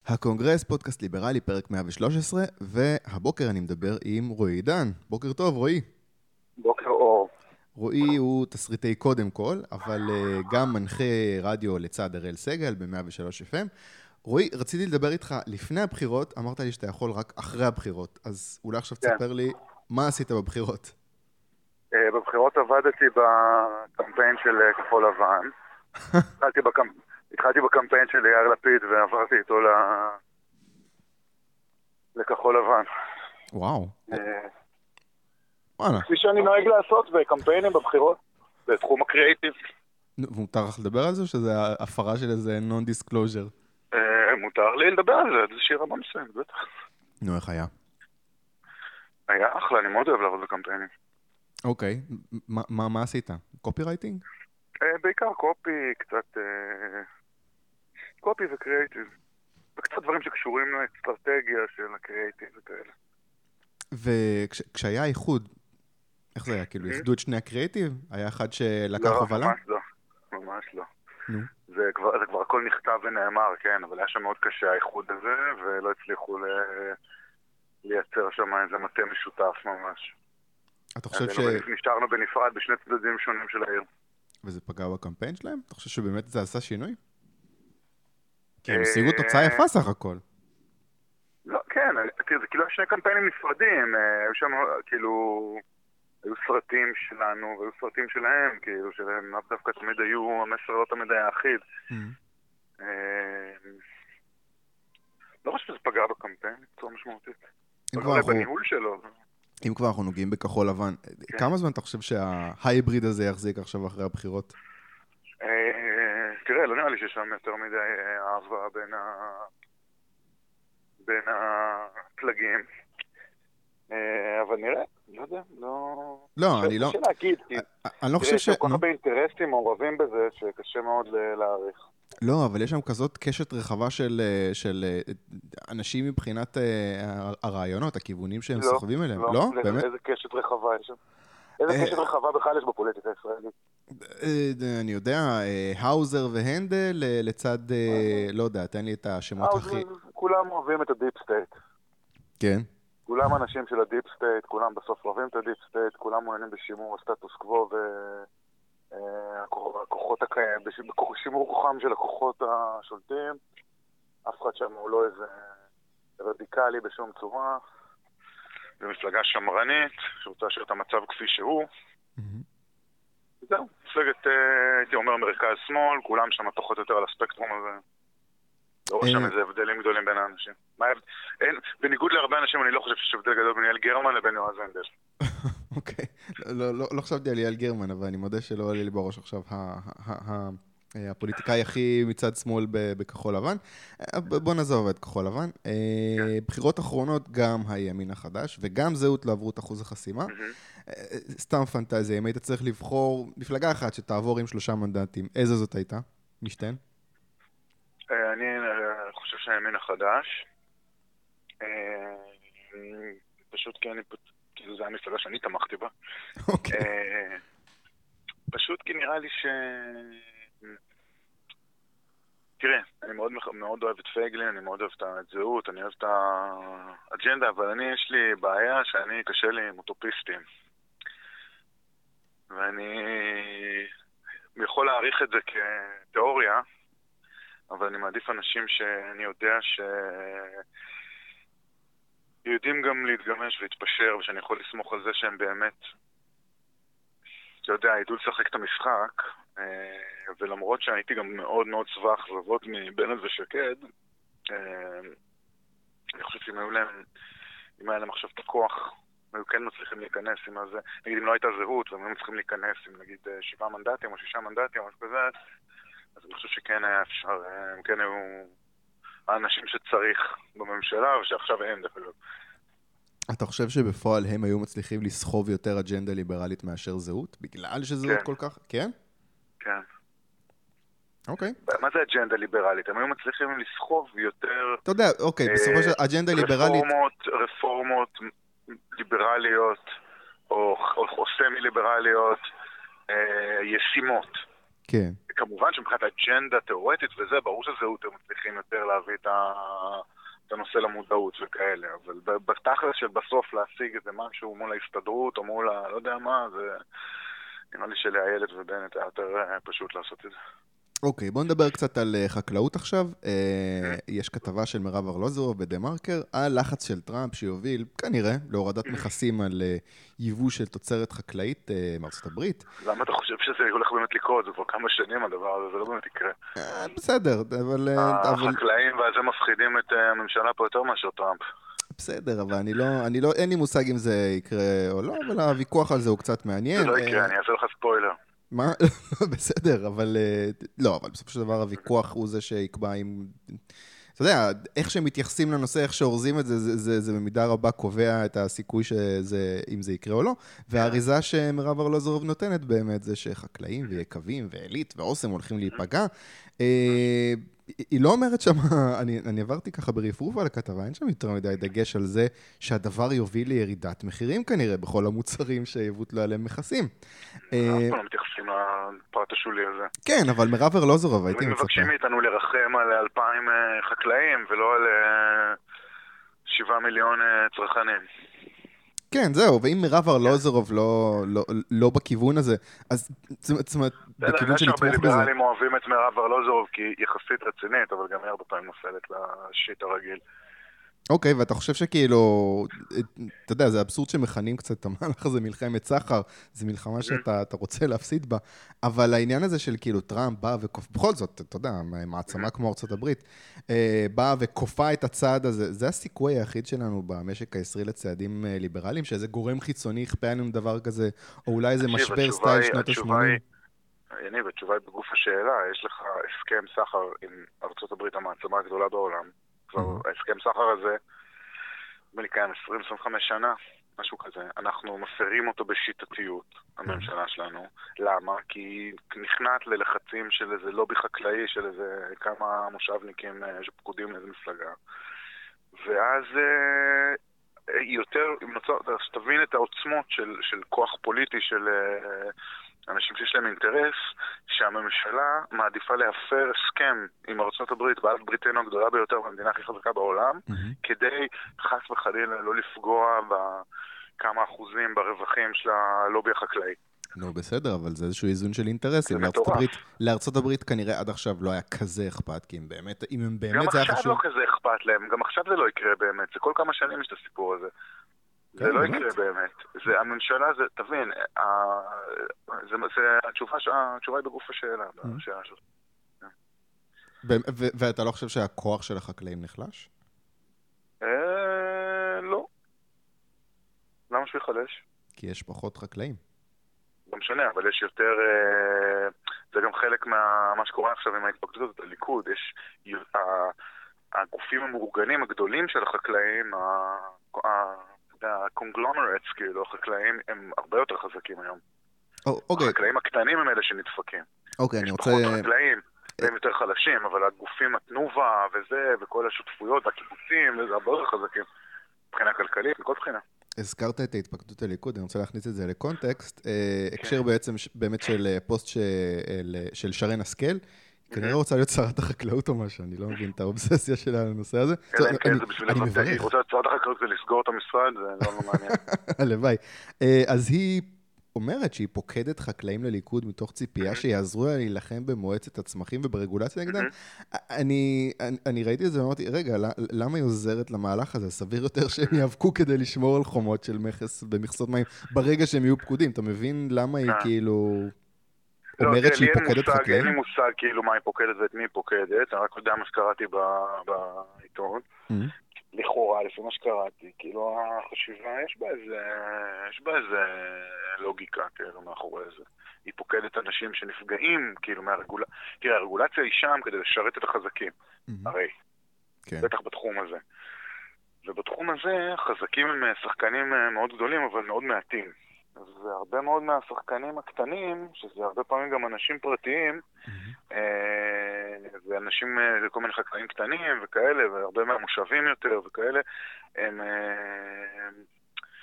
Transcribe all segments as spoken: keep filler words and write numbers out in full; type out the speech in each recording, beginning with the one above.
הקונגרס, פודקאסט ליברלי, פרק מאה ושלוש עשרה, והבוקר אני מדבר עם רועי עידן. בוקר טוב, רועי. בוקר אור. רועי הוא תסריטאי קודם כל, אבל uh, גם מנחה רדיו לצד הראל סגל ב-מאה ושלוש אף אם. רועי, רציתי לדבר איתך לפני הבחירות, אמרת לי שאתה יכול רק אחרי הבחירות, אז אולי עכשיו כן. תספר לי מה עשית בבחירות. Uh, בבחירות עבדתי בקמפיין של uh, כחול לבן. התחלתי, בקמפ... התחלתי בקמפיין של יאיר לפיד ועברתי איתו ל... לכחול לבן. וואו. Uh, וואלה. כפי שאני נוהג לעשות בקמפיינים בבחירות, בתחום הקריאיטיב. ומותר לך לדבר על זה, שזה הפרה של איזה non-disclosure? Uh, מותר לי לדבר על זה, זה שיר רמה מסוים, בטח. נו, איך היה? היה אחלה, אני מאוד אוהב לעבוד בקמפיינים. אוקיי, מה, מה, מה עשית? קופי רייטינג? Uh, בעיקר קופי, קצת... Uh, קופי וקריאיטיב. וקצת דברים שקשורים לאסטרטגיה של הקריאיטיב וכאלה. וכשהיה איחוד, איך זה היה? כאילו, איחדו את שני הקריאיטיב? היה אחד שלקח הובלה? לא, ממש לא. ממש לא. נו. זה כבר, זה כבר הכל נכתב ונאמר, כן, אבל היה שם מאוד קשה האיחוד הזה, ולא הצליחו ל... לייצר שם איזה מטה משותף ממש. אתה חושב ש... נשארנו בנפרד בשני צדדים שונים של העיר. וזה פגע בקמפיין שלהם? אתה חושב שבאמת זה עשה שינוי? כי הם השיגו תוצאה יפה סך הכל. לא, כן, זה כאילו שני קמפיינים נפרדים, היו שם כאילו, היו סרטים שלנו והיו סרטים שלהם, כאילו שהם דווקא תמיד היו, המסר לא תמיד היה אחיד. לא חושב שזה פגע בקמפיין, בצורה משמעותית. פגע בניהול שלו. אם כבר אנחנו נוגעים בכחול לבן, כמה זמן אתה חושב שההיבריד הזה יחזיק עכשיו אחרי הבחירות? תראה, לא נראה לי שיש שם יותר מדי אהבה בין ה... בין הפלגים. אבל נראה, לא יודע, לא... לא, אני לא... קשה להגיד, כי... אני לא חושב ש... תראה, יש כל כך הרבה אינטרסים מעורבים בזה, שקשה מאוד להעריך. לא, אבל יש שם כזאת קשת רחבה של, של אנשים מבחינת הרעיונות, הכיוונים שהם סוחבים אליהם. לא, לא, באמת? איזה קשת רחבה יש שם? איזה קשת רחבה בכלל יש בפוליטיקה הישראלית? אני יודע, האוזר והנדל לצד, לא יודע, תן לי את השמות הכי... כולם אוהבים את הדיפ סטייט. כן. כולם אנשים של הדיפ סטייט, כולם בסוף אוהבים את הדיפ סטייט, כולם מעוניינים בשימור הסטטוס קוו ו... הכוחות הקיים, בשימור כוחם של הכוחות השולטים. אף אחד שם הוא לא איזה רדיקלי בשום צורה. זו מפלגה שמרנית, שרוצה להשאיר את המצב כפי שהוא. זהו, מפלגת, הייתי אומר, מרכז שמאל, כולם שם פחות או יותר על הספקטרום הזה. לא רואה שם איזה הבדלים גדולים בין האנשים. בניגוד להרבה אנשים, אני לא חושב שיש הבדל גדול בין יעל גרמן לבין יועז הנדל. אוקיי, לא חשבתי על יעל גרמן, אבל אני מודה שלא עולה לי בראש עכשיו הפוליטיקאי הכי מצד שמאל בכחול לבן. בוא נעזוב את כחול לבן. בחירות אחרונות גם הימין החדש, וגם זהות לא עברו את אחוז החסימה. סתם פנטזיה, אם היית צריך לבחור מפלגה אחת שתעבור עם שלושה מנדטים, איזה זאת הייתה? משתן? אני חושב שהימין החדש. פשוט כי אני... כאילו זה המפלגה שאני תמכתי בה. אוקיי. פשוט כי נראה לי ש... תראה, אני מאוד, מאוד אוהב את פייגלין, אני מאוד אוהב את הזהות, אני אוהב את האג'נדה, אבל אני, יש לי בעיה שאני קשה לי עם אוטופיסטים. ואני יכול להעריך את זה כתיאוריה, אבל אני מעדיף אנשים שאני יודע ש... יודעים גם להתגמש ולהתפשר, ושאני יכול לסמוך על זה שהם באמת, אתה יודע, ידעו לשחק את המשחק, ולמרות שהייתי גם מאוד מאוד צבא אכזבות מבנט ושקד, אני חושב שאם היו להם, אם היה להם עכשיו את הכוח, היו כן מצליחים להיכנס עם הזה, נגיד אם לא הייתה זהות, והם היו מצליחים להיכנס עם נגיד שבעה מנדטים או שישה מנדטים או משהו כזה, אז אני חושב שכן היה אפשר, הם כן היו... האנשים שצריך בממשלה, ושעכשיו אין דרך אגב. אתה חושב שבפועל הם היו מצליחים לסחוב יותר אג'נדה ליברלית מאשר זהות? בגלל שזהות כן. כל כך... כן? כן. אוקיי. מה זה אג'נדה ליברלית? הם היו מצליחים לסחוב יותר... אתה יודע, אוקיי, בסופו של אג'נדה ליברלית... רפורמות, רפורמות ליברליות, או, או, או סמי ליברליות, אה, ישימות. כן. כמובן שמבחינת האג'נדה תיאורטית וזה, ברור שזהות הם מצליחים יותר להביא את ה... את הנושא למודעות וכאלה, אבל בתכלס של בסוף להשיג איזה משהו מול ההסתדרות או מול ה... לא יודע מה, זה נראה לי שלאיילת ובנט היה יותר פשוט לעשות את זה. אוקיי, בואו נדבר קצת על חקלאות עכשיו. יש כתבה של מירב ארלוזורוב בדה-מרקר על לחץ של טראמפ שיוביל, כנראה, להורדת מכסים על ייבוא של תוצרת חקלאית מארצות הברית. למה אתה חושב שזה הולך באמת לקרות? זה כבר כמה שנים הדבר הזה, זה לא באמת יקרה. בסדר, אבל... החקלאים וזה מפחידים את הממשלה פה יותר מאשר טראמפ. בסדר, אבל אני לא, אני לא, אין לי מושג אם זה יקרה או לא, אבל הוויכוח על זה הוא קצת מעניין. זה לא יקרה, אני אעשה לך ספוילר. מה? בסדר, אבל לא, אבל בסופו של דבר הוויכוח הוא זה שיקבע אם... אתה יודע, איך שהם מתייחסים לנושא, איך שאורזים את זה, זה, זה, זה במידה רבה קובע את הסיכוי שזה, אם זה יקרה או לא. והאריזה שמירב ארלוזורוב נותנת באמת זה שחקלאים ויקבים ואלית ואוסם הולכים להיפגע. היא לא אומרת שם, אני, אני עברתי ככה ברפרוף על הכתבה, אין שם יותר מדי דגש על זה שהדבר יוביל לירידת מחירים כנראה בכל המוצרים שיבוטלו עליהם מכסים. אף פעם לא מתייחסים לפרט השולי הזה. כן, אבל מירב ארלוזורוב הייתי מצפה. מבקשים מאיתנו לרחם על אלפיים חקלאים ולא על שבעה מיליון צרכנים. כן, זהו, ואם מירב ארלוזורוב לא, לא, לא בכיוון הזה, אז זאת אומרת, בכיוון של לתמוך בזה. יש הרבה ליברלים אוהבים את מירב ארלוזורוב כי היא יחסית רצינית, אבל גם היא הרבה פעמים נופלת לשיט הרגיל. אוקיי, ואתה חושב שכאילו, אתה יודע, זה אבסורד שמכנים קצת את המהלך הזה מלחמת סחר, זה מלחמה שאתה רוצה להפסיד בה, אבל העניין הזה של כאילו טראמפ בא וכוף, בכל זאת, אתה יודע, מעצמה כמו ארצות הברית, באה וכופה את הצעד הזה, זה הסיכוי היחיד שלנו במשק הישראלי לצעדים ליברליים, שאיזה גורם חיצוני יכפה עלינו דבר כזה, או אולי איזה משבר סטייל שנות ה-שמונים. יניב, התשובה היא בגוף השאלה, יש לך הסכם סחר עם ארצות הברית המעצמה הגדולה בעולם, כבר ההסכם סחר הזה, בלי קיים עשרים עשרים וחמש שנה, משהו כזה. אנחנו מפרים אותו בשיטתיות, הממשלה שלנו. למה? כי נכנעת ללחצים של איזה לובי חקלאי, של איזה כמה מושבניקים שפקודים לאיזה מפלגה. ואז יותר, שתבין את העוצמות של, של כוח פוליטי, של אנשים שיש להם אינטרס, שהממשלה מעדיפה להפר הסכם עם ארצות הברית, בעלת בריתנו הגדולה ביותר, המדינה הכי חזקה בעולם, mm-hmm. כדי חס וחלילה לא לפגוע בכמה אחוזים ברווחים של הלובי החקלאי. נו, בסדר, אבל זה איזשהו איזון של אינטרסים. לארצות הברית, לארצות הברית כנראה עד עכשיו לא היה כזה אכפת, כי אם באמת, אם הם באמת זה היה חשוב... גם עכשיו לא כזה אכפת להם, גם עכשיו זה לא יקרה באמת, זה כל כמה שנים יש את הסיפור הזה. זה לא יקרה באמת. זה, הממשלה, זה, תבין, זה, זה, התשובה, התשובה היא בגוף השאלה. ואתה לא חושב שהכוח של החקלאים נחלש? לא. למה שהוא יחלש? כי יש פחות חקלאים. לא משנה, אבל יש יותר, זה גם חלק מה שקורה עכשיו עם ההתפקדות הזאת, הליכוד, יש הגופים המאורגנים הגדולים של החקלאים, הקונגלומרטס, כאילו, החקלאים הם הרבה יותר חזקים היום. החקלאים הקטנים הם אלה שנדפקים. אוקיי, אני רוצה... יש פחות חקלאים, הם יותר חלשים, אבל הגופים, התנובה וזה, וכל השותפויות, הקיבוצים, זה הרבה יותר חזקים. מבחינה כלכלית, מכל בחינה. הזכרת את ההתפקדות הליכוד, אני רוצה להכניס את זה לקונטקסט. הקשר בעצם באמת של פוסט של שרן השכל, כנראה רוצה להיות שרת החקלאות או משהו, אני לא מבין את האובססיה שלה על הנושא הזה. כן, זה בשביל לבטח. היא רוצה להיות שרת החקלאות ולסגור את המשרד, זה לא מעניין. הלוואי. אז היא אומרת שהיא פוקדת חקלאים לליכוד מתוך ציפייה שיעזרו לה להילחם במועצת הצמחים וברגולציה נגדם. אני ראיתי את זה ואמרתי, רגע, למה היא עוזרת למהלך הזה? סביר יותר שהם יאבקו כדי לשמור על חומות של מכס במכסות מים ברגע שהם יהיו פקודים. אתה מבין למה היא כאילו... אומרת שהיא פוקדת חקלאים? אין לי מושג כאילו מה היא פוקדת ואת מי היא פוקדת, אני רק יודע מה שקראתי בעיתון. לכאורה, לפי מה שקראתי, כאילו החשיבה, יש בה איזה, יש בה איזה לוגיקה, כאילו, מאחורי זה. היא פוקדת אנשים שנפגעים, כאילו, מהרגולציה. תראה, הרגולציה היא שם כדי לשרת את החזקים, הרי. בטח בתחום הזה. ובתחום הזה, חזקים הם שחקנים מאוד גדולים, אבל מאוד מעטים. אז הרבה מאוד מהשחקנים הקטנים, שזה הרבה פעמים גם אנשים פרטיים, ואנשים, כל מיני חקלאים קטנים וכאלה, והרבה מהמושבים יותר וכאלה, הם,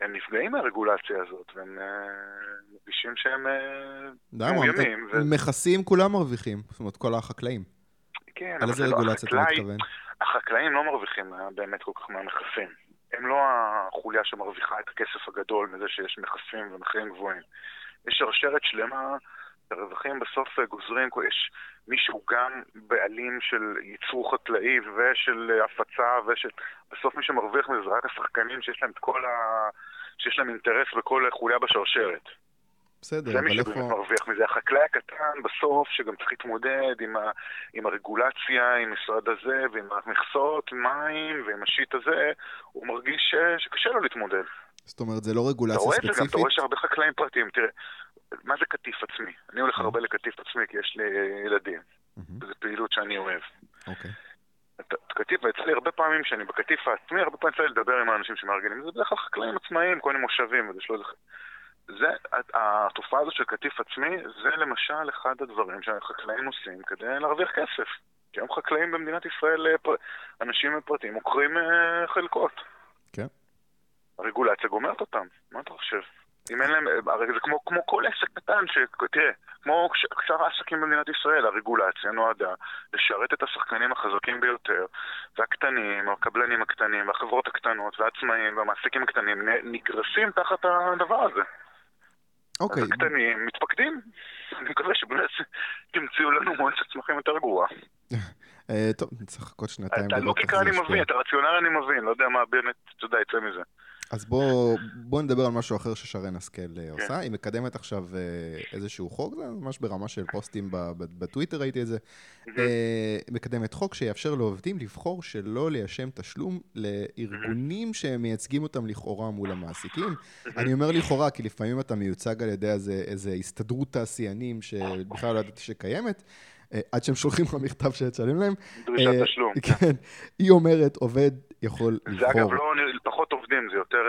הם נפגעים מהרגולציה הזאת, והם מרגישים שהם מאוימים. מכסים כולם מרוויחים, זאת אומרת, כל החקלאים. כן, על איזה רגולציה אתה מתכוון? החקלאים לא מרוויחים באמת כל כך מהמכסים. הם לא החוליה שמרוויחה את הכסף הגדול מזה שיש מכסים ומחירים גבוהים. יש שרשרת שלמה, הרווחים בסוף גוזרים, יש מישהו גם בעלים של ייצור חקלאי ושל הפצה, ושל... בסוף מי שמרוויח מזה זה רק השחקנים שיש להם את כל ה... שיש להם אינטרס בכל חוליה בשרשרת. בסדר, זה מי שבאמת מרוויח מזה. החקלאי הקטן בסוף, שגם צריך להתמודד עם, ה... עם הרגולציה, עם משרד הזה, ועם המכסות, מים, ועם השיט הזה, הוא מרגיש ש... שקשה לו להתמודד. זאת אומרת, זה לא רגולציה ספציפית? גם, אתה רואה שהרבה חקלאים פרטיים, תראה, מה זה קטיף עצמי? אני הולך הרבה לקטיף עצמי כי יש לי ילדים. זו פעילות שאני אוהב. אוקיי. קטיף, ויצא לי הרבה פעמים שאני בקטיף העצמי, הרבה פעמים יצא לי לדבר עם האנשים שמארגנים. זה בדרך כלל חקלאים עצמאיים, כל מיני מושבים, וזה שלא... זה, התופעה הזאת של קטיף עצמי, זה למשל אחד הדברים שהחקלאים עושים כדי להרוויח כסף. כי היום חקלאים במדינת ישראל, אנשים פרטיים, מוכרים חלקות. כן. הרגולציה גומרת אותם. מה אתה חושב? אם אין להם, הרי זה כמו, כמו כל עסק קטן, שתראה, כמו שאר העסקים במדינת ישראל, הרגולציה נועדה לשרת את השחקנים החזקים ביותר, והקטנים, הקבלנים הקטנים, והחברות הקטנות, והעצמאים, והמעסיקים הקטנים, נגרסים תחת הדבר הזה. אוקיי. אז הקטנים מתפקדים. אני מקווה שבאמת תמצאו לנו מועצת צמחים יותר גרועה. טוב, נצטרך לחכות שנתיים. את הלוגיקה אני מבין, את הרציונל אני מבין, לא יודע מה באמת, אתה יודע, יצא מזה. אז בואו בוא נדבר על משהו אחר ששרן השכל עושה. היא מקדמת עכשיו איזשהו חוק, זה ממש ברמה של פוסטים בטוויטר, ראיתי את זה. מקדמת חוק שיאפשר לעובדים לבחור שלא ליישם תשלום לארגונים שמייצגים אותם לכאורה מול המעסיקים. אני אומר לכאורה, כי לפעמים אתה מיוצג על ידי איזה הסתדרות תעשיינים שבכלל לא ידעתי שקיימת, עד שהם שולחים לך מכתב שתשלם להם. דרישת תשלום. כן. היא אומרת, עובד יכול לבחור. זה אגב לא, פחות עובדים, זה יותר...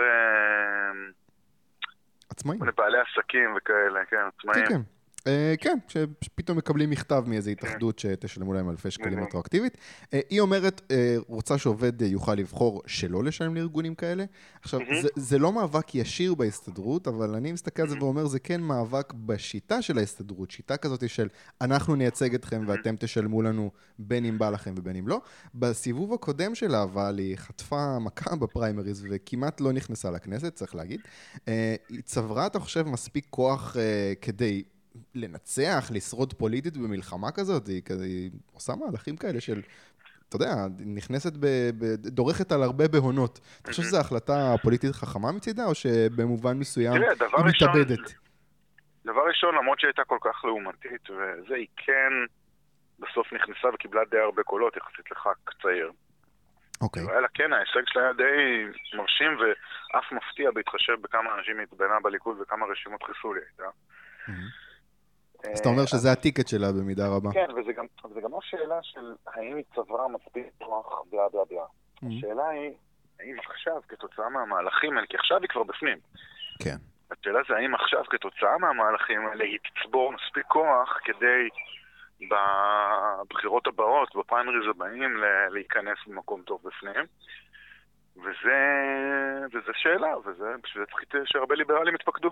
עצמאים. בעלי עסקים וכאלה, כן, עצמאים. כן, כן. כן, שפתאום מקבלים מכתב מאיזו התאחדות שתשלמו להם אלפי שקלים רטרואקטיבית. היא אומרת, רוצה שעובד יוכל לבחור שלא לשלם לארגונים כאלה. עכשיו, זה לא מאבק ישיר בהסתדרות, אבל אני מסתכל על זה ואומר, זה כן מאבק בשיטה של ההסתדרות, שיטה כזאת של אנחנו נייצג אתכם ואתם תשלמו לנו בין אם בא לכם ובין אם לא. בסיבוב הקודם שלה, אבל היא חטפה מכה בפריימריז וכמעט לא נכנסה לכנסת, צריך להגיד. היא צברה, אתה חושב, מספיק כוח כדי לנצח, לשרוד פוליטית במלחמה כזאת, היא, היא עושה מהלכים כאלה של, אתה יודע, נכנסת, ב, ב, דורכת על הרבה בהונות. אתה חושב שזו החלטה פוליטית חכמה מצידה, או שבמובן מסוים היא מתאבדת? דבר ראשון, למרות שהיא הייתה כל כך לעומתית, וזה היא כן בסוף נכנסה וקיבלה די הרבה קולות, יחסית לח"כ צעיר. אוקיי. ואלה כן, ההישג שלה היה די מרשים, ואף מפתיע בהתחשב בכמה אנשים התבנה בליכוד וכמה רשימות חיסול היא הייתה. אז אתה אומר שזה הטיקט שלה במידה רבה. כן, וזה גם, וזה גם לא שאלה של האם היא צברה מספיק כוח בלה בלה בלה. השאלה היא, האם עכשיו כתוצאה מהמהלכים האלה, כי עכשיו היא כבר בפנים. כן. השאלה זה האם עכשיו כתוצאה מהמהלכים האלה היא תצבור מספיק כוח כדי בבחירות הבאות, בפריימריז הבאים, להיכנס במקום טוב בפנים. וזה, וזה שאלה, וזה בשביל זה שהרבה ליברלים התפקדו.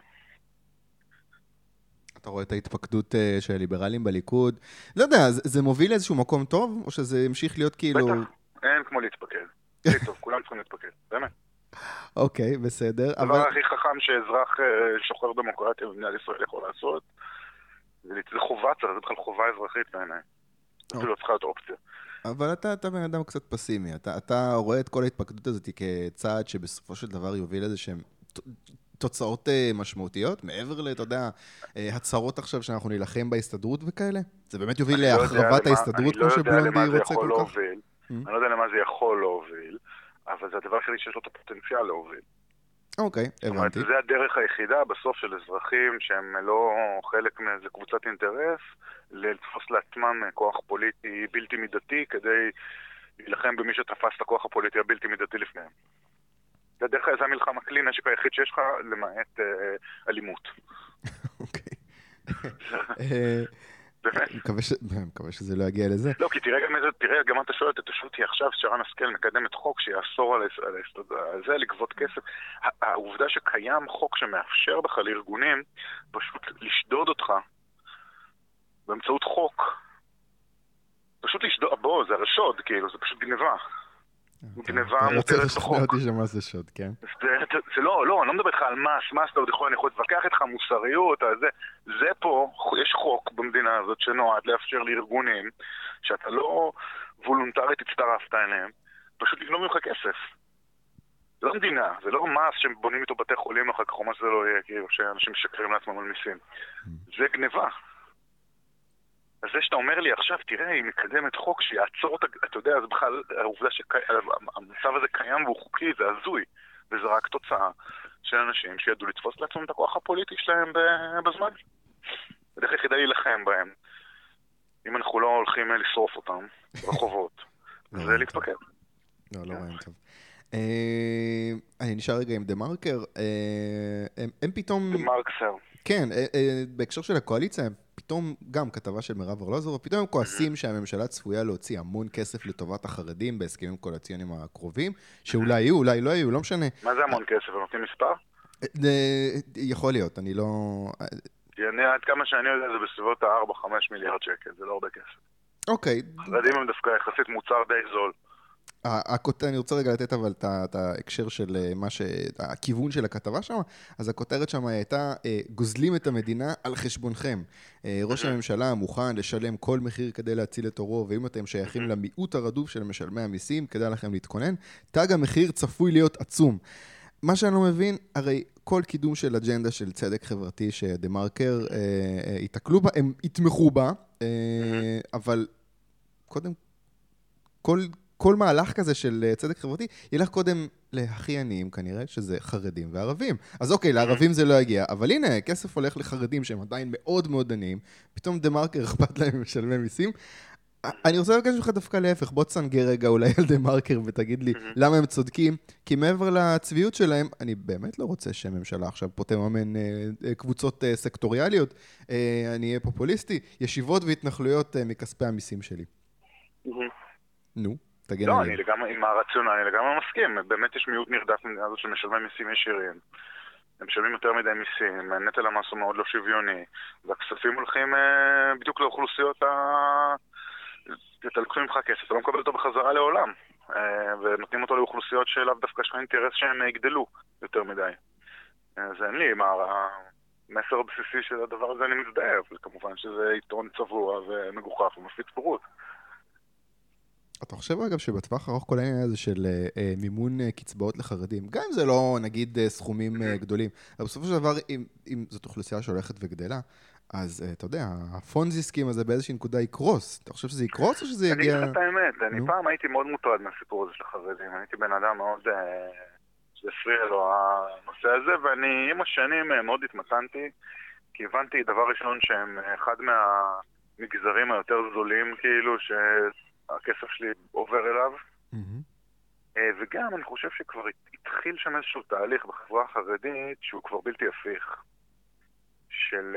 אתה רואה את ההתפקדות של ליברלים בליכוד. לא יודע, זה, זה מוביל לאיזשהו מקום טוב, או שזה המשיך להיות כאילו... בטח, אין כמו להתפקד. זה טוב, כולם צריכים להתפקד, באמת. אוקיי, בסדר. הדבר אבל... הכי חכם שאזרח שוחר דמוקרטיה במדינת ישראל יכול לעשות, זה חובה, צריך לתת לך חובה אזרחית בעיניי. זה לא צריכה להיות אופציה. אבל אתה, אתה בן אדם קצת פסימי. אתה, אתה רואה את כל ההתפקדות הזאת כצעד שבסופו של דבר יוביל איזה שהם... תוצאות משמעותיות, מעבר ל, אתה יודע, הצהרות עכשיו שאנחנו נלחם בהסתדרות וכאלה? זה באמת יוביל להחרבת ההסתדרות כמו שבלונדי רוצה כל כך? אני לא יודע למה זה יכול להוביל, אבל זה הדבר הכי שיש לו את הפוטנציאל להוביל. אוקיי, הבנתי. זה הדרך היחידה בסוף של אזרחים שהם לא חלק מאיזה קבוצת אינטרס, לתפוס לעצמם כוח פוליטי בלתי מידתי כדי להילחם במי שתפס את הכוח הפוליטי הבלתי מידתי לפניהם. זה דרך זה המלחמה כלי נשק היחיד שיש לך למעט אלימות. אוקיי. באמת. אני מקווה שזה לא יגיע לזה. לא, כי תראה גם איזה, תראה גם אתה שואלת, אתה שואל אותי עכשיו שרן השכל מקדמת חוק שיאסור על זה לגבות כסף. העובדה שקיים חוק שמאפשר בכלל לארגונים פשוט לשדוד אותך באמצעות חוק. פשוט לשדוד, בוא, זה הרשוד, כאילו, זה פשוט גניבה. גניבה מוטלת בחוק. רוצה לשכנע אותי שמה זה שוד, כן? זה לא, לא, אני לא מדבר איתך על מס, מס אתה עוד יכול, אני יכול להתווכח איתך מוסריות, זה, זה פה, יש חוק במדינה הזאת שנועד לאפשר לארגונים, שאתה לא וולונטרית הצטרפת אליהם, פשוט לבנות ממך כסף. זה לא מדינה, זה לא מס שבונים איתו בתי חולים אחר כך, או מה שזה לא יהיה, כאילו, שאנשים משקרים לעצמם על מיסים. זה גניבה. אז זה שאתה אומר לי עכשיו, תראה, היא מקדמת חוק שיעצור אותה, אתה יודע, אז בכלל העובדה שהמצב הזה קיים והוא חוקי, זה הזוי, וזה רק תוצאה של אנשים שידעו לתפוס לעצמם את הכוח הפוליטי שלהם בזמן. בדרך כלל כדאי להילחם בהם. אם אנחנו לא הולכים לשרוף אותם ברחובות, זה להתפקד. לא, לא רואים טוב. אני נשאר רגע עם דה מרקר, הם פתאום... דה מרקסר. כן, בהקשר של הקואליציה, פתאום גם כתבה של מירב ארלוזורוב, פתאום הם כועסים שהממשלה צפויה להוציא המון כסף לטובת החרדים בהסכמים קואליציוניים הקרובים, שאולי יהיו, אולי לא יהיו, לא משנה. מה זה המון כסף? הם נותנים מספר? יכול להיות, אני לא... עד כמה שאני יודע זה בסביבות ה-ארבע חמש מיליארד שקל, זה לא הרבה כסף. אוקיי. חרדים הם דווקא יחסית מוצר די זול. אני רוצה רגע לתת אבל את ההקשר של מה ש... הכיוון של הכתבה שם, אז הכותרת שם הייתה, גוזלים את המדינה על חשבונכם. ראש הממשלה מוכן לשלם כל מחיר כדי להציל את אורו, ואם אתם שייכים למיעוט הרדוף של משלמי המיסים, כדאי לכם להתכונן, תג המחיר צפוי להיות עצום. מה שאני לא מבין, הרי כל קידום של אג'נדה של צדק חברתי שדה מרקר יתקלו בה, הם יתמכו בה, אבל קודם כל... כל מהלך כזה של צדק חברתי ילך קודם להכי עניים כנראה, שזה חרדים וערבים. אז אוקיי, לערבים זה לא יגיע, אבל הנה, כסף הולך לחרדים שהם עדיין מאוד מאוד עניים, פתאום דה מרקר אכפת להם משלמי מיסים. אני רוצה לבקש ממך דווקא להפך, בוא תסנגר רגע אולי על דה מרקר ותגיד לי למה הם צודקים, כי מעבר לצביעות שלהם, אני באמת לא רוצה שהממשלה עכשיו פה תממן קבוצות סקטוריאליות, אני אהיה פופוליסטי, ישיבות והתנחלויות מכספי המיסים שלי. נו. לא, אני לגמרי, עם הרציונל, אני לגמרי מסכים. באמת יש מיעוט נרדף במדינה הזאת שמשלמי מיסים ישירים. הם משלמים יותר מדי מיסים, נטל המס הוא מאוד לא שוויוני, והכספים הולכים אה, בדיוק לאוכלוסיות ה... אתה לוקחים ממך כסף, אתה לא מקבל אותו בחזרה לעולם, אה, ונותנים אותו לאוכלוסיות שלאו דווקא יש לך אינטרס שהם יגדלו יותר מדי. אה, זה אין לי, מה, המסר הבסיסי של הדבר הזה אני מזדהה, אבל כמובן שזה יתרון צבוע ומגוחך ומפיץ בורות. אתה חושב אגב שבטווח ארוך כל העניין הזה של אה, מימון אה, קצבאות לחרדים, גם אם זה לא נגיד אה, סכומים אה, גדולים, אבל בסופו של דבר אם, אם זאת אוכלוסייה שהולכת וגדלה, אז אה, אתה יודע, הפונזיסקים הזה באיזושהי נקודה יקרוס. אתה חושב שזה יקרוס או שזה יגיע... אני אגיד את האמת, אני נו? פעם הייתי מאוד מוטרד מהסיפור הזה של החרדים, הייתי בן אדם מאוד אה, שהפריע לו הנושא הזה, ואני עם השנים אה, מאוד התמתנתי, כי הבנתי דבר ראשון שהם אחד מהמגזרים היותר זולים כאילו ש... הכסף שלי עובר אליו, mm-hmm. וגם אני חושב שכבר התחיל שם איזשהו תהליך בחברה החרדית שהוא כבר בלתי הפיך של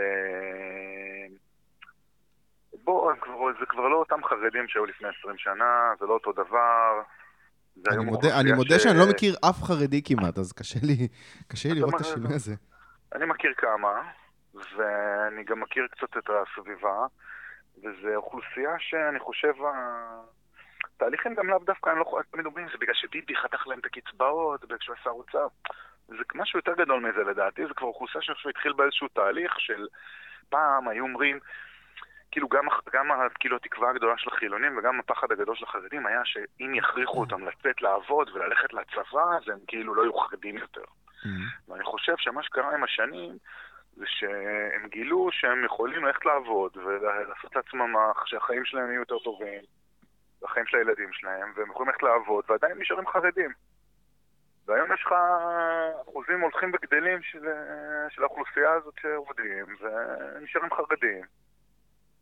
בוא, זה כבר לא אותם חרדים שהיו לפני עשרים שנה, זה לא אותו דבר. אני מודה, אני מודה ש... שאני לא מכיר אף חרדי כמעט, אז קשה לי, קשה לי לראות את השינוי הזה. אני מכיר כמה, ואני גם מכיר קצת את הסביבה, וזו אוכלוסייה שאני חושב, התהליכים גם לאו דווקא, אני לא תמיד אומרים, זה בגלל שביבי חתך להם את הקצבאות, כשהוא עשה אוצר. זה משהו יותר גדול מזה לדעתי, זה כבר אוכלוסייה שאני חושב התחיל באיזשהו תהליך של פעם היו אומרים, כאילו גם, גם כאילו התקווה הגדולה של החילונים וגם הפחד הגדול של החרדים היה שאם יכריחו אותם לצאת לעבוד וללכת לצבא, אז הם כאילו לא יהיו חרדים יותר. ואני חושב שמה שקרה עם השנים זה שהם גילו שהם יכולים ללכת לעבוד ולעשות לעצמם שהחיים שלהם יהיו יותר טובים, והחיים של הילדים שלהם, והם יכולים ללכת לעבוד ועדיין נשארים חרדים. והיום יש לך אחוזים הולכים וגדלים של, של האוכלוסייה הזאת שעובדים ונשארים חרדים.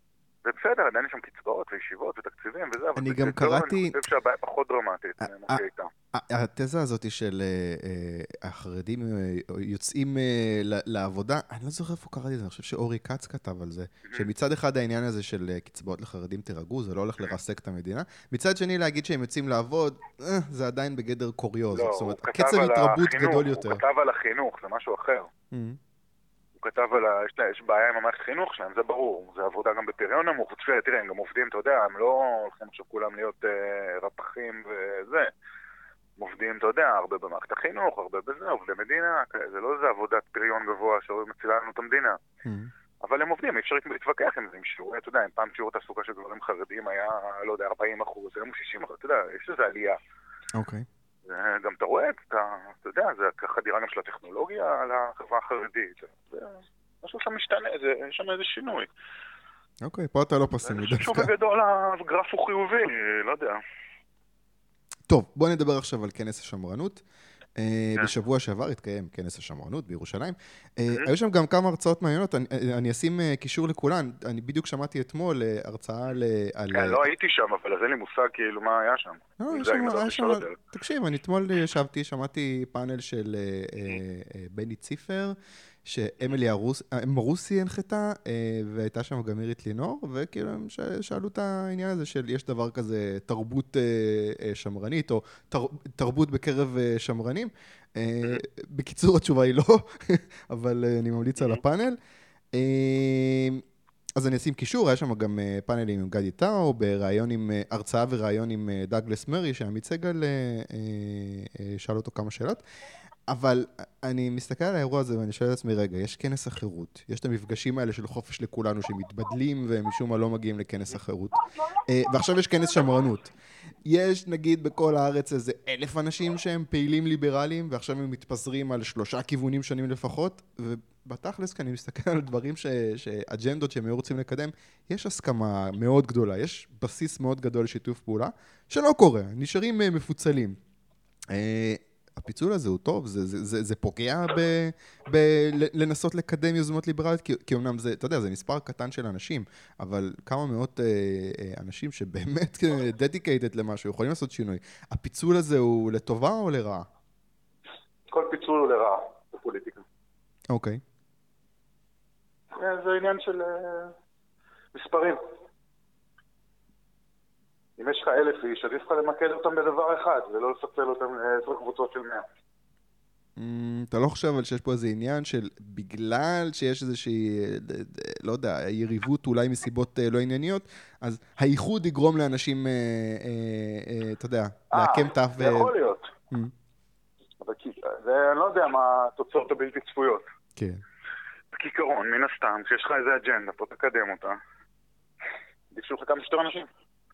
ובסדר, עדיין יש שם קצבאות וישיבות ותקציבים וזה, אבל אני גם קראתי... אני חושב שהבעיה פחות דרמטית, אני מוקיע איתה. התזה הזאת של החרדים יוצאים לעבודה, אני לא זוכר איפה קראתי את זה, אני חושב שאורי קץ כתב על זה, שמצד אחד העניין הזה של קצבאות לחרדים תירגעו, זה לא הולך לרסק את המדינה, מצד שני להגיד שהם יוצאים לעבוד, זה עדיין בגדר קוריוז, זאת אומרת, הקצב התרבות גדול יותר. הוא כתב על החינוך, זה משהו אחר. הוא כתב על, יש, יש בעיה עם המערכת חינוך שלהם, זה ברור, זה עבודה גם בפריון נמוך, תראה, הם גם עובדים, אתה יודע, הם לא הולכים עכשיו כולם להיות אה, רפחים וזה, הם עובדים, אתה יודע, הרבה במערכת החינוך, הרבה בזה, עובדי מדינה, זה לא איזה עבודת פריון גבוה שמצילה לנו את המדינה, mm-hmm. אבל הם עובדים, אי אפשר להתווכח עם זה, עם שיעורי, אתה יודע, אם פעם שיעור תעסוקה של גברים חרדים היה, לא יודע, ארבעים אחוז, היום שישים אחוז, אתה יודע, יש איזו עלייה. אוקיי. Okay. גם אתה רואה, אתה, אתה יודע, זה חדירה גם של הטכנולוגיה על החברה החרדית. זה משהו שם משתנה, זה, יש שם איזה שינוי. אוקיי, פה אתה לא פסימי דווקא. שוב בגדול, הגרף הוא חיובי, לא יודע. טוב, בוא נדבר עכשיו על כנס השמרנות. בשבוע שעבר התקיים כנס השמרנות בירושלים. היו שם גם כמה הרצאות מעניינות, אני אשים קישור לכולן. אני בדיוק שמעתי אתמול הרצאה על... כן, לא הייתי שם, אבל אז אין לי מושג כאילו מה היה שם. לא, היה שם... תקשיב, אני אתמול ישבתי, שמעתי פאנל של בני ציפר, שאמילי מרוסי הנחתה, והייתה שם גם מירית לינור, וכאילו הם שאלו את העניין הזה של יש דבר כזה תרבות שמרנית, או תרבות בקרב שמרנים. בקיצור, התשובה היא לא, אבל אני ממליץ על הפאנל. אז אני אשים קישור, היה שם גם פאנלים עם גדי טאו, ברעיון עם הרצאה ורעיון עם דאגלס מרי, שעמית סגל שאל אותו כמה שאלות. אבל אני מסתכל על האירוע הזה ואני שואל את עצמי, רגע, יש כנס החירות, יש את המפגשים האלה של חופש לכולנו שמתבדלים ומשום מה לא מגיעים לכנס החירות, ועכשיו יש כנס שמרנות. יש נגיד בכל הארץ איזה אלף אנשים שהם פעילים ליברליים, ועכשיו הם מתפזרים על שלושה כיוונים שונים לפחות, ובתכלס כאן אני מסתכל על דברים שאג'נדות שהם היו רוצים לקדם, יש הסכמה מאוד גדולה, יש בסיס מאוד גדול לשיתוף פעולה, שלא קורה, נשארים מפוצלים. הפיצול הזה הוא טוב, זה, זה, זה, זה פוגע ב, ב, לנסות לקדם יוזמות ליברליות, כי, כי אמנם זה, אתה יודע, זה מספר קטן של אנשים, אבל כמה מאות אה, אה, אנשים שבאמת dedicated למשהו, יכולים לעשות שינוי. הפיצול הזה הוא לטובה או לרעה? כל פיצול הוא לרעה בפוליטיקה. אוקיי. זה עניין של uh, מספרים. אם יש לך אלף איש, עדיף לך למקד אותם בדבר אחד, ולא לפצל אותם לעשר קבוצות של מאה. אתה לא חושב על שיש פה איזה עניין של בגלל שיש איזושהי, לא יודע, יריבות אולי מסיבות לא ענייניות, אז האיחוד יגרום לאנשים, אתה יודע, להקם תף ו... זה יכול להיות. אבל אני לא יודע מה התוצאות הבלתי צפויות. כן. בכיכרון, מן הסתם, כשיש לך איזה אג'נדה, פה תקדם אותה. דיפשו לך כמה שיותר אנשים.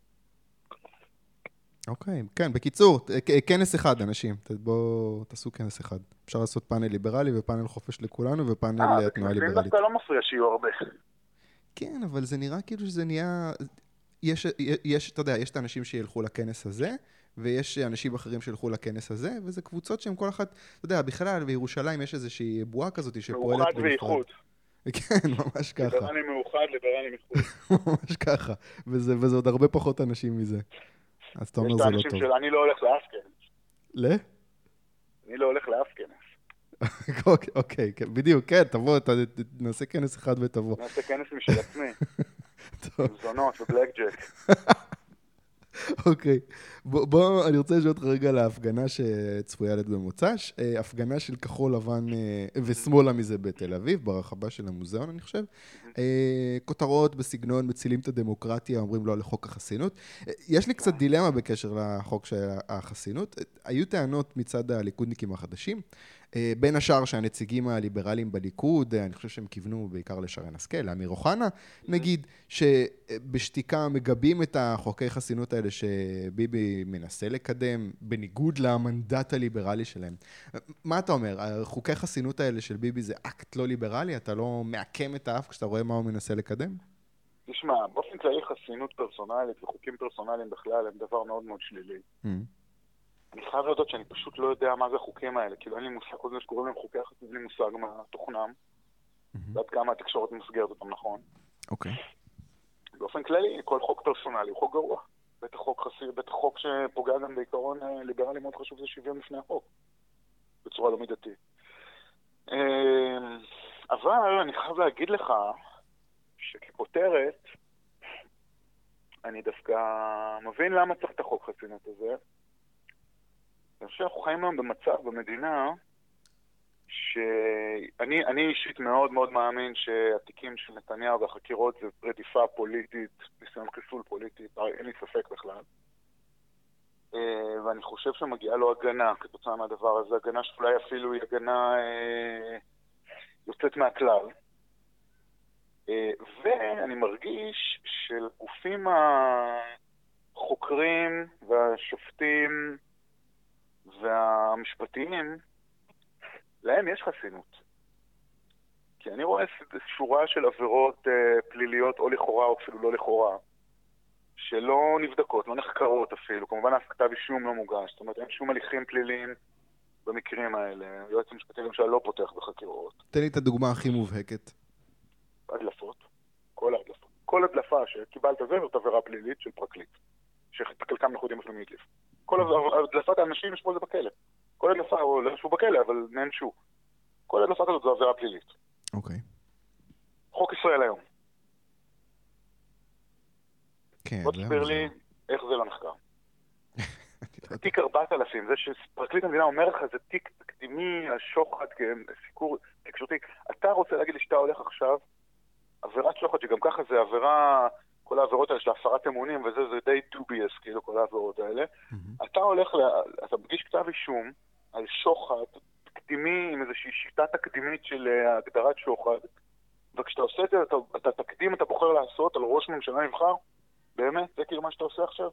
אוקיי, כן, בקיצור, כנס אחד, אנשים. בואו תעשו כנס אחד. אפשר לעשות פאנל ליברלי ופאנל חופש לכולנו ופאנל תנועה ליברלית. אה, דווקא לא מפריע שיהיו הרבה. כן, אבל זה נראה כאילו שזה נהיה... יש, יש, אתה יודע, יש את האנשים שילכו לכנס הזה, ויש אנשים אחרים שילכו לכנס הזה, וזה קבוצות שהן כל אחת, אתה יודע, בכלל בירושלים יש איזושהי בועה כזאת שפועלת בנפרד. מאוחד ואיחוד. כן, ממש ככה. ליברלי מאוחד, ליברלי מחוד. ממש ככה, וזה, וזה עוד הרבה פחות אנשים מזה. אז אתה אומר זה לא טוב. של אני לא הולך לאף כנס. לא? אני לא הולך לאף כנס. אוקיי, בדיוק, כן, תבוא, נעשה כנס אחד ותבוא. נעשה כנס משל עצמי. עם זונות ובלק ג'ק. אוקיי, בוא, אני רוצה לשאול אותך רגע על ההפגנה שצפויה לת במוצ"ש, הפגנה של כחול לבן ושמאלה מזה בתל אביב, ברחבה של המוזיאון, אני חושב. כותרות בסגנון מצילים את הדמוקרטיה, אומרים לא לחוק החסינות. יש לי קצת דילמה בקשר לחוק של החסינות. היו טענות מצד הליכודניקים החדשים, בין השאר שהנציגים הליברליים בליכוד, אני חושב שהם כיוונו בעיקר לשרן השכל, לאמיר אוחנה, נגיד שבשתיקה מגבים את החוקי חסינות האלה שביבי מנסה לקדם, בניגוד למנדט הליברלי שלהם. מה אתה אומר? החוקי חסינות האלה של ביבי זה אקט לא ליברלי? אתה לא מעקם את האף כשאתה רואה מה הוא מנסה לקדם? תשמע, באופן כללי חסינות פרסונלית וחוקים פרסונליים בכלל הם דבר מאוד מאוד שלילי. אני חייב לדעת שאני פשוט לא יודע מה זה החוקים האלה, כאילו אין לי מושג, כל זה שקוראים להם חוקי החסינות, אין לי מושג מה תוכנם, ועד כמה התקשורת מסגרת אותם נכון. אוקיי. באופן כללי, כל חוק פרסונלי הוא חוק גרוע. בטח חוק חסיר, בטח חוק שפוגע גם בעיקרון ליברלי מאוד חשוב, זה שוויון לפני החוק. בצורה לא מידתית. אבל אני חייב להגיד לך שככותרת, אני דווקא מבין למה צריך את החוק חסינות הזה. אני חושב שאנחנו חיים היום במצב במדינה שאני אני אישית מאוד מאוד מאמין שהתיקים של נתניהו והחקירות זה רדיפה פוליטית, ניסיון חיסול פוליטי, אין לי ספק בכלל. ואני חושב שמגיעה לו הגנה כתוצאה מהדבר הזה, הגנה שאולי אפילו היא הגנה יוצאת מהכלל. ואני מרגיש שלגופים החוקרים והשופטים והמשפטיים, להם יש חסינות. כי אני רואה שורה של עבירות פליליות, או לכאורה או אפילו לא לכאורה, שלא נבדקות, לא נחקרות אפילו. כמובן, כתב אישום לא מוגש. זאת אומרת, אין שום הליכים פליליים במקרים האלה. יועץ המשפטי למשל לא פותח בחקירות. תן לי את הדוגמה הכי מובהקת. הדלפות. כל ההדלפות. כל הדלפה שקיבלת זה זאת עבירה פלילית של פרקליט. שחלקם אנחנו יודעים אפילו מי הדליף. כל הדלפת האנשים יש פה זה בכלא. כל הדלפה, או לא שהוא בכלא, אבל נענשו. כל הדלפה כזאת זו עבירה פלילית. אוקיי. חוק ישראל היום. כן. בוא תסביר לי איך זה לא נחקר. תיק ארבעת אלפים, זה שפרקליט המדינה אומר לך, זה תיק תקדימי, השוחד, סיקור, תקשורתי. אתה רוצה להגיד לי שאתה הולך עכשיו, עבירת שוחד, שגם ככה זה עבירה, כל העבירות האלה של הפרת אמונים, וזה זה די dubious, כאילו כל העבירות האלה. אתה הולך, אתה מגיש כתב אישום על שוחד, תקדימי, עם איזושהי שיטה תקדימית של הגדרת שוחד, וכשאתה עושה את זה, אתה, אתה תקדים, אתה בוחר לעשות על ראש ממשלה נבחר, באמת, זה כאילו מה שאתה עושה עכשיו?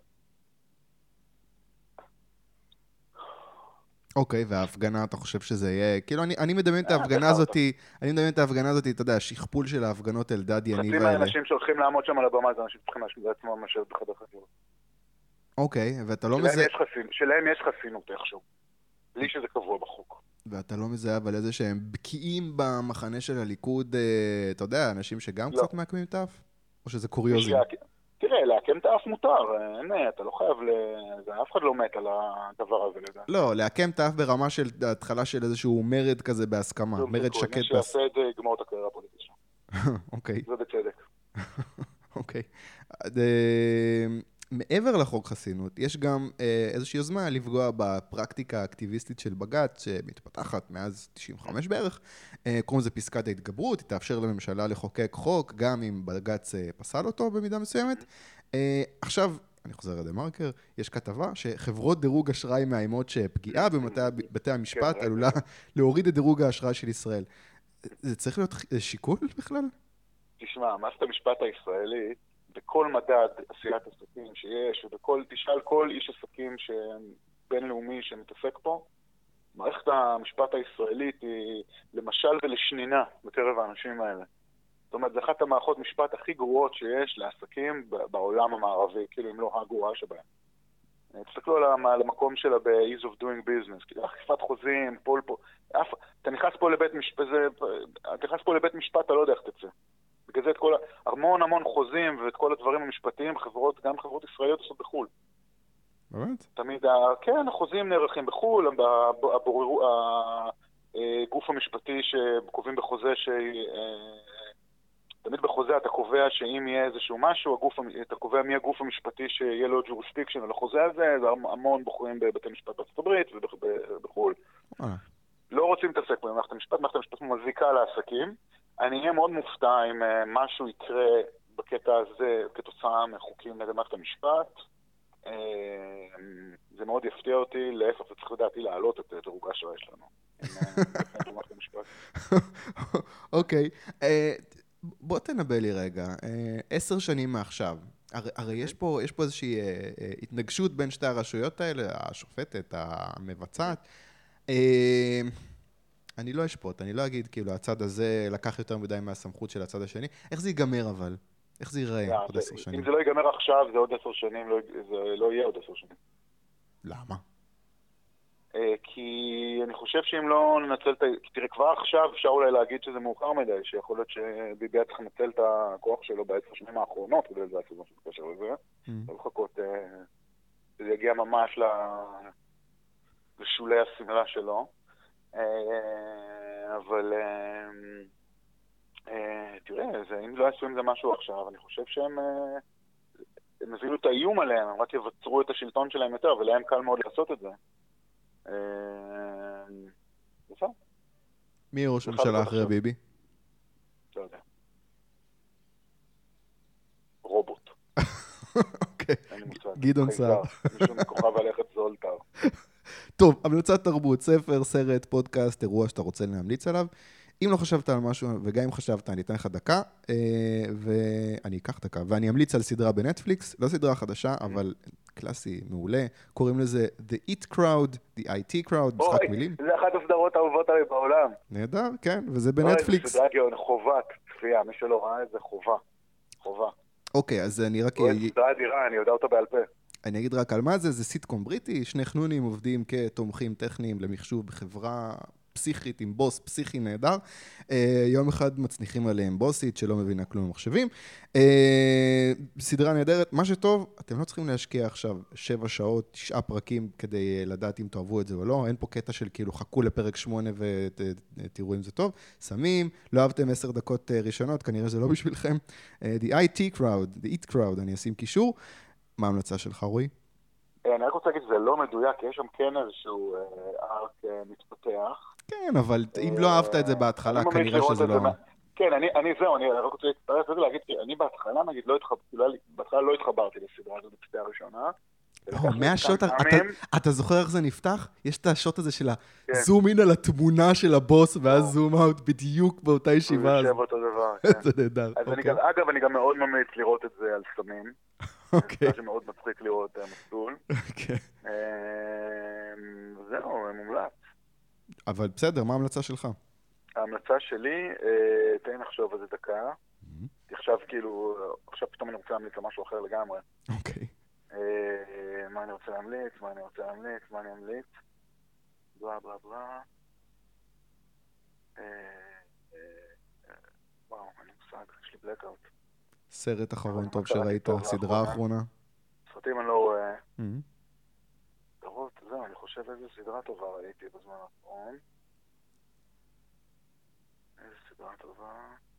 אוקיי, וההפגנה, אתה חושב שזה יהיה... כאילו, אני, אני מדמיין את ההפגנה הזאת, אני מדמיין את ההפגנה הזאת, אתה יודע, השכפול של ההפגנות אלדד יניב האלה. חצי מהאנשים שהולכים לעמוד שם על הבמה, זה אנשים שצריכים להשמיד לעצמם מאשר בחדר חקירות. אוקיי, ואתה לא מזהה... שלהם יש חסינות איכשהו, בלי שזה קבוע בחוק. ואתה לא מזהה, אבל איזה שהם בקיאים במחנה של הליכוד, אתה יודע, אנשים שגם קצת מעקמים את האף? או שזה קוריוזי? תראה, להקם את האף מותר, אין, אתה לא חייב ל... אף אחד לא מת על הדבר הזה לדעת. לא, להקם את האף ברמה של התחלה של איזשהו מרד כזה בהסכמה, מרד שקט. מי שיעשה את זה יגמור את הקריירה הפוליטית שלו. אוקיי. זה בצדק. אוקיי. מעבר לחוק חסינות, יש גם איזושהי יוזמה לפגוע בפרקטיקה האקטיביסטית של בג"ץ, שמתפתחת מאז תשעים וחמש בערך. קוראים לזה פסקת ההתגברות, היא תאפשר לממשלה לחוקק חוק, גם אם בג"ץ פסל אותו במידה מסוימת. עכשיו, אני חוזר לדה מרקר, יש כתבה שחברות דירוג אשראי מאיימות שפגיעה בבתי המשפט עלולה להוריד את דירוג האשראי של ישראל. זה צריך להיות שיקול בכלל? תשמע, מערכת המשפט הישראלית, בכל מדד עשיית עסקים שיש, ובכל, תשאל כל איש עסקים בינלאומי שמתעסק פה, מערכת המשפט הישראלית היא למשל ולשנינה בקרב האנשים האלה. זאת אומרת, זה אחת המערכות משפט הכי גרועות שיש לעסקים בעולם המערבי, כאילו אם לא הגרועה שבהם. תסתכלו על המקום שלה ב-ease of doing business, כאילו אכיפת חוזים, פול פה, אתה נכנס פה לבית משפט, אתה נכנס פה לבית משפט, אתה לא יודע איך תצא. בגלל זה את כל, המון המון חוזים ואת כל הדברים המשפטיים, חברות, גם חברות ישראליות עושות בחול. באמת? תמיד, כן, החוזים נערכים בחול, הגוף המשפטי שקובעים בחוזה, ש... תמיד בחוזה אתה קובע שאם יהיה איזשהו משהו, הגוף, אתה קובע מי הגוף המשפטי שיהיה לו jurisdiction על החוזה הזה, זה המון בוחרים בבתי משפט בארצות הברית ובחול. לא רוצים להתעסק במערכת המשפט, מערכת המשפט מזיקה לעסקים. אני אהיה מאוד מופתע אם משהו יקרה בקטע הזה כתוצאה מחוקים נגד מערכת המשפט. זה מאוד יפתיע אותי, להפך, זה צריך לדעתי להעלות את דירוג האשראי שלנו. אוקיי, בוא תנבא לי רגע, עשר שנים מעכשיו, הרי יש פה איזושהי התנגשות בין שתי הרשויות האלה, השופטת, המבצעת, אני לא אשפוט, אני לא אגיד, כאילו, הצד הזה לקח יותר מדי מהסמכות של הצד השני. איך זה ייגמר אבל? איך זה ייראה עוד עשר שנים? אם זה לא ייגמר עכשיו, זה עוד עשר שנים, זה לא יהיה עוד עשר שנים. למה? כי אני חושב חושב שאם לא ננצל את ה... תראה, כבר עכשיו אפשר אולי להגיד שזה מאוחר מדי, שיכול להיות שביבי צריך לנצל את הכוח שלו בעשר שנים האחרונות, כדי לדעת משהו בקשר לזה. לא לחכות, זה יגיע ממש לשולי הסמלה שלו. אבל תראה, אם לא יעשו עם זה משהו עכשיו, אני חושב שהם הם הביאו את האיום עליהם, הם רק יבצרו את השלטון שלהם יותר, ולהם קל מאוד לעשות את זה. בסדר. מי ראש הממשלה אחרי ביבי? לא יודע. רובוט. אוקיי. גדעון סער. מישהו מכוכב הלכת זולטר. טוב, המלצת תרבות, ספר, סרט, פודקאסט, אירוע שאתה רוצה להמליץ עליו. אם לא חשבת על משהו, וגם אם חשבת, אני אתן לך דקה, ואני אקח דקה, ואני אמליץ על סדרה בנטפליקס, לא סדרה חדשה, אבל קלאסי, מעולה, קוראים לזה The It Crowd, The איי טי Crowd, משחק מילים. זה אחת הסדרות האהובות הרי בעולם. נהדר, כן, וזה בנטפליקס. זה סדרה גאון, חובת צפייה, מי שלא ראה את זה חובה, חובה. אוקיי, אז אני רק... סדרה אדירה, אני יודע אותה בעל פה. אני אגיד רק על מה זה, זה סיטקום בריטי, שני חנונים עובדים כתומכים טכניים למחשוב בחברה פסיכית עם בוס פסיכי נהדר. יום אחד מצניחים עליהם בוסית שלא מבינה כלום במחשבים. סדרה נהדרת, מה שטוב, אתם לא צריכים להשקיע עכשיו שבע שעות, תשעה פרקים כדי לדעת אם תאהבו את זה או לא, אין פה קטע של כאילו חכו לפרק שמונה ותראו אם זה טוב. שמים, לא אהבתם עשר דקות ראשונות, כנראה זה לא בשבילכם. The איי טי Crowd, The It Crowd, אני אשים קישור. מה ההמלצה שלך, רועי? אני רק רוצה להגיד שזה לא מדויק, כי יש שם כן איזשהו ארק מתפתח. כן, אבל אם לא אהבת את זה בהתחלה, כנראה שזה לא... כן, אני זהו, אני רק רוצה להגיד, כי אני בהתחלה, נגיד, בהתחלה לא התחברתי לסדרה הזאת בקטע הראשונה. מהשוט, אתה זוכר איך זה נפתח? יש את השוט הזה של הזום אין על התמונה של הבוס, ואז זום אאוט בדיוק באותה ישיבה. זה יושב אותו דבר. זה נהדר. אגב, אני גם מאוד ממליץ לראות את זה על סמים. אוקיי. זה מאוד מצחיק לראות מסלול. זהו, מומלץ. אבל בסדר, מה ההמלצה שלך? ההמלצה שלי, תן לחשוב על זה דקה. עכשיו כאילו, עכשיו פתאום אני רוצה להמליץ על משהו אחר לגמרי. אוקיי. מה אני רוצה להמליץ, מה אני רוצה להמליץ, מה אני אמליץ. בלה בלה בלה. וואו, אני מושג, יש לי בלקאוט. סרט אחרון טוב שראית, סדרה האחרונה? סרטים אני לא רואה. סדרות, זהו, אני חושב איזה סדרה טובה ראיתי בזמן האחרון. איזה סדרה טובה.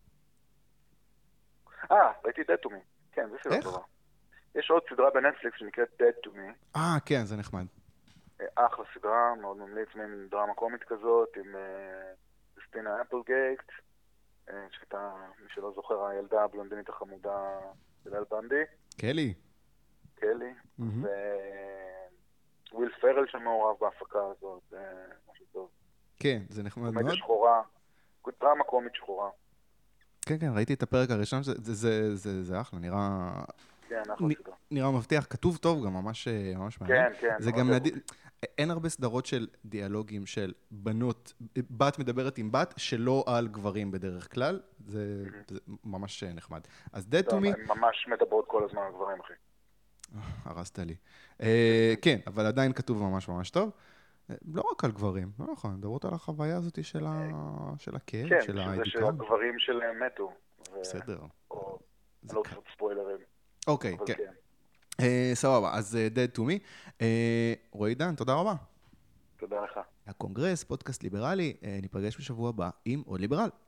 אה, ראיתי Dead to Me. כן, זה סדרה טובה. יש עוד סדרה בנטפליקס שנקראת Dead to Me. אה, כן, זה נחמד. אחלה סדרה, מאוד ממליץ, מין דרמה קומית כזאת, עם קריסטינה אפלגייט, שהייתה, מי שלא זוכר, הילדה הבלונדינית החמודה של אל בנדי. קלי. קלי. וויל פרל שמעורב בהפקה הזאת, זה משהו טוב. כן, זה נחמד מאוד. קומדיה שחורה, דרמה קומית שחורה. כן, כן, ראיתי את הפרק הראשון, זה אחלה, נראה... כן, אחלה סדרה. נראה מבטיח, כתוב טוב גם, ממש מעניין. כן, כן. זה גם נדיר, אין הרבה סדרות של דיאלוגים של בנות, בת מדברת עם בת, שלא על גברים בדרך כלל, זה ממש נחמד. אז Dead to Me... הן ממש מדברות כל הזמן על גברים, אחי. הרסת לי. כן, אבל עדיין כתוב ממש ממש טוב. לא רק על גברים, לא נכון, מדברות על החוויה הזאת של הכאב, של הדיכאון. כן, שזה שהגברים שלהם מתו. בסדר. או לא קצת ספוילרים. אוקיי, כן. סבבה, אז Dead to Me. רועי דן, תודה רבה. תודה לך. הקונגרס, פודקאסט ליברלי, ניפגש בשבוע הבא עם עוד ליברל.